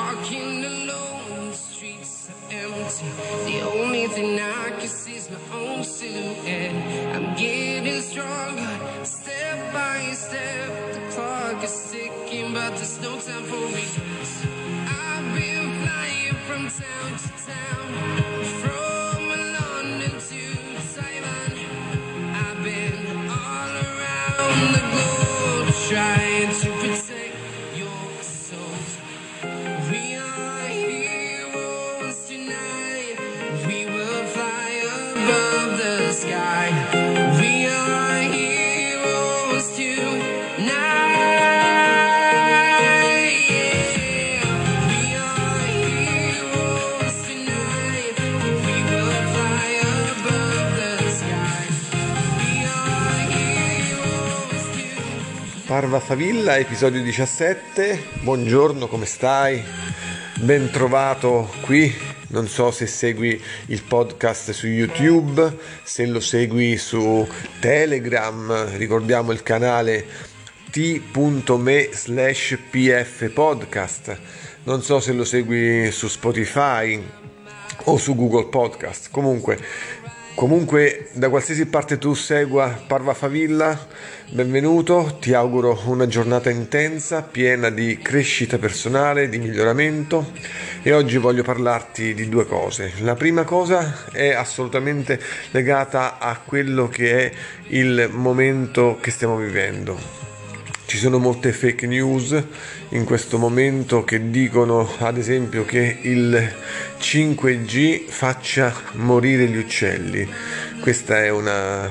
walking alone, the streets are empty. The only thing I can see is my own silhouette. I'm getting stronger, step by step. The clock is ticking, but there's no time for regrets. I've been flying from town to town, from London to Taiwan. I've been all around the globe trying to protect your soul. We are heroes tonight. We will fly above the sky. We are heroes tonight. Yeah. We are heroes tonight. We will fly above the sky. We are heroes tonight. Parva Favilla, episodio 17. Buongiorno, come stai? Ben trovato qui. Non so se segui il podcast su YouTube, se lo segui su Telegram. Ricordiamo il canale t.me/pfpodcast. Non so se lo segui su Spotify o su Google Podcast. Comunque, da qualsiasi parte tu segua Parva Favilla, benvenuto, ti auguro una giornata intensa, piena di crescita personale, di miglioramento, e oggi voglio parlarti di due cose. La prima cosa è assolutamente legata a quello che è il momento che stiamo vivendo. Ci sono molte fake news in questo momento che dicono, ad esempio, che il 5G faccia morire gli uccelli. Questa è una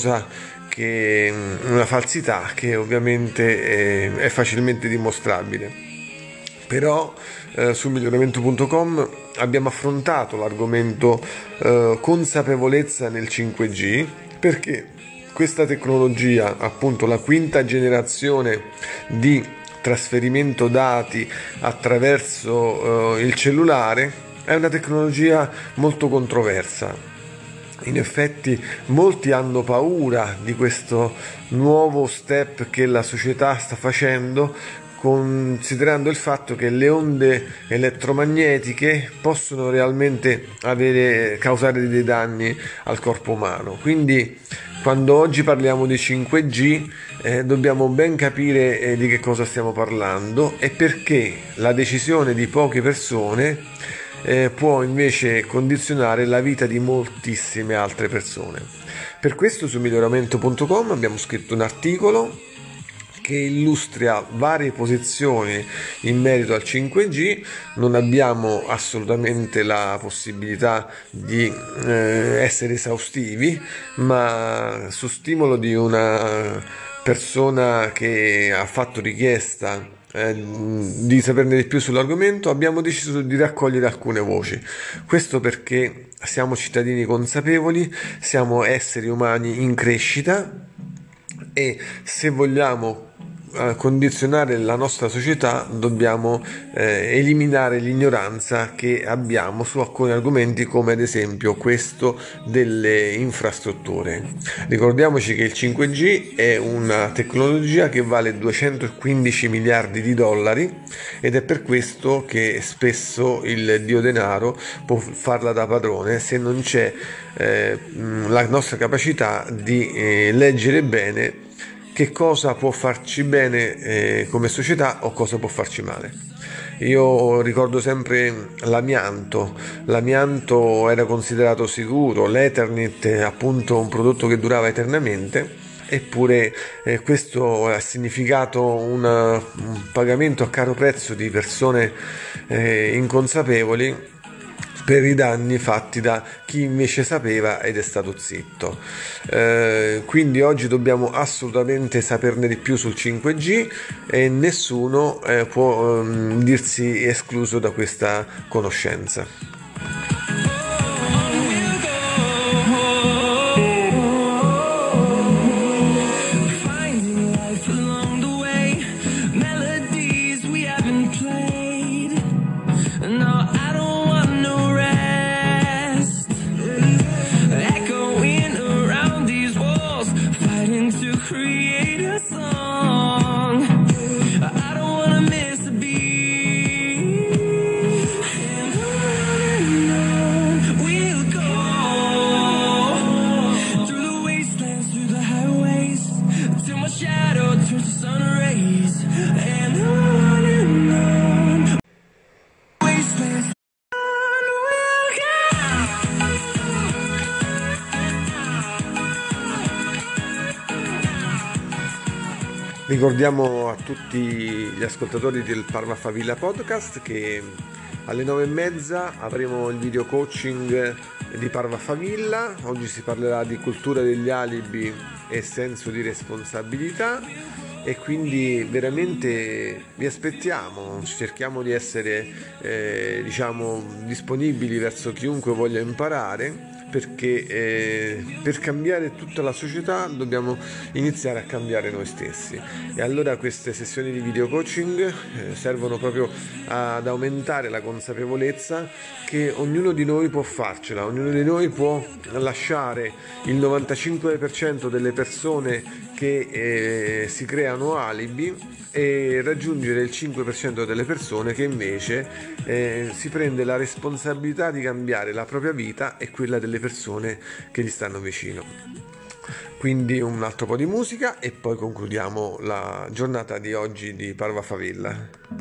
falsità che ovviamente è facilmente dimostrabile. Però su miglioramento.com abbiamo affrontato l'argomento consapevolezza nel 5G, perché questa tecnologia, appunto la quinta generazione di trasferimento dati attraverso il cellulare, è una tecnologia molto controversa. In effetti molti hanno paura di questo nuovo step che la società sta facendo, considerando il fatto che le onde elettromagnetiche possono realmente causare dei danni al corpo umano. Quindi quando oggi parliamo di 5G dobbiamo ben capire di che cosa stiamo parlando e perché la decisione di poche persone può invece condizionare la vita di moltissime altre persone. Per questo su miglioramento.com abbiamo scritto un articolo che illustra varie posizioni in merito al 5G. Non abbiamo assolutamente la possibilità di essere esaustivi, ma su stimolo di una persona che ha fatto richiesta di saperne di più sull'argomento, abbiamo deciso di raccogliere alcune voci. Questo perché siamo cittadini consapevoli, siamo esseri umani in crescita e se vogliamo condizionare la nostra società dobbiamo eliminare l'ignoranza che abbiamo su alcuni argomenti, come ad esempio questo delle infrastrutture. Ricordiamoci che il 5G è una tecnologia che vale 215 miliardi di dollari ed è per questo che spesso il dio denaro può farla da padrone se non c'è la nostra capacità di leggere bene che cosa può farci bene come società o cosa può farci male. Io ricordo sempre l'amianto era considerato sicuro, l'Ethernet è appunto un prodotto che durava eternamente, eppure questo ha significato un pagamento a caro prezzo di persone inconsapevoli per i danni fatti da chi invece sapeva ed è stato zitto. Quindi oggi dobbiamo assolutamente saperne di più sul 5G e nessuno può dirsi escluso da questa conoscenza. Create a song. I don't wanna miss a beat. Ricordiamo a tutti gli ascoltatori del Parva Favilla Podcast che alle 9:30 avremo il video coaching di Parva Favilla. Oggi si parlerà di cultura degli alibi e senso di responsabilità, e quindi veramente vi aspettiamo, cerchiamo di essere disponibili verso chiunque voglia imparare, perché per cambiare tutta la società dobbiamo iniziare a cambiare noi stessi. E allora queste sessioni di video coaching servono proprio ad aumentare la consapevolezza che ognuno di noi può farcela, ognuno di noi può lasciare il 95% delle persone che si creano alibi e raggiungere il 5% delle persone che invece si prende la responsabilità di cambiare la propria vita e quella delle persone che gli stanno vicino. Quindi un altro po' di musica e poi concludiamo la giornata di oggi di Parva Favilla.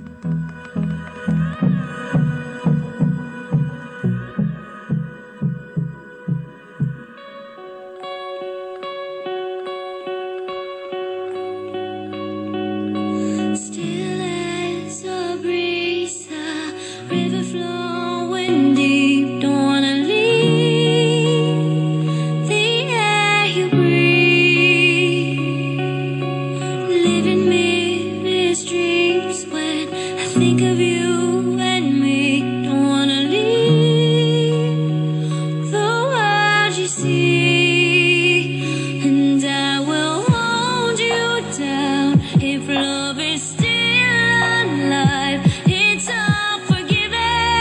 Think of you and me, don't wanna leave the world you see, and I will hold you down if love is still alive. It's all forgiven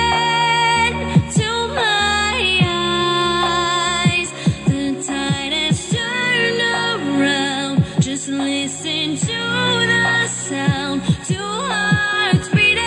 to my eyes. The tide has turned around. Just listen to the sound. Two hearts beating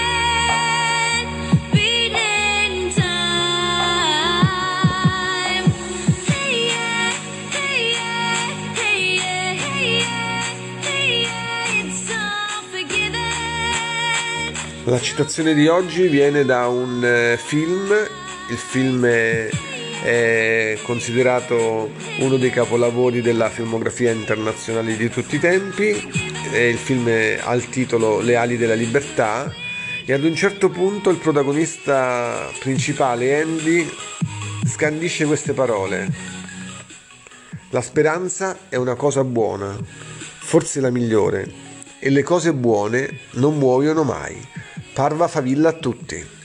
time. Hey yeah, hey yeah, hey yeah, hey yeah, hey yeah, it's all forgiven. La citazione di oggi viene da un film. Il film è considerato uno dei capolavori della filmografia internazionale di tutti i tempi. Il film ha il titolo Le ali della libertà, e ad un certo punto il protagonista principale, Andy, scandisce queste parole: la speranza è una cosa buona, forse la migliore, e le cose buone non muoiono mai. Parva Favilla a tutti.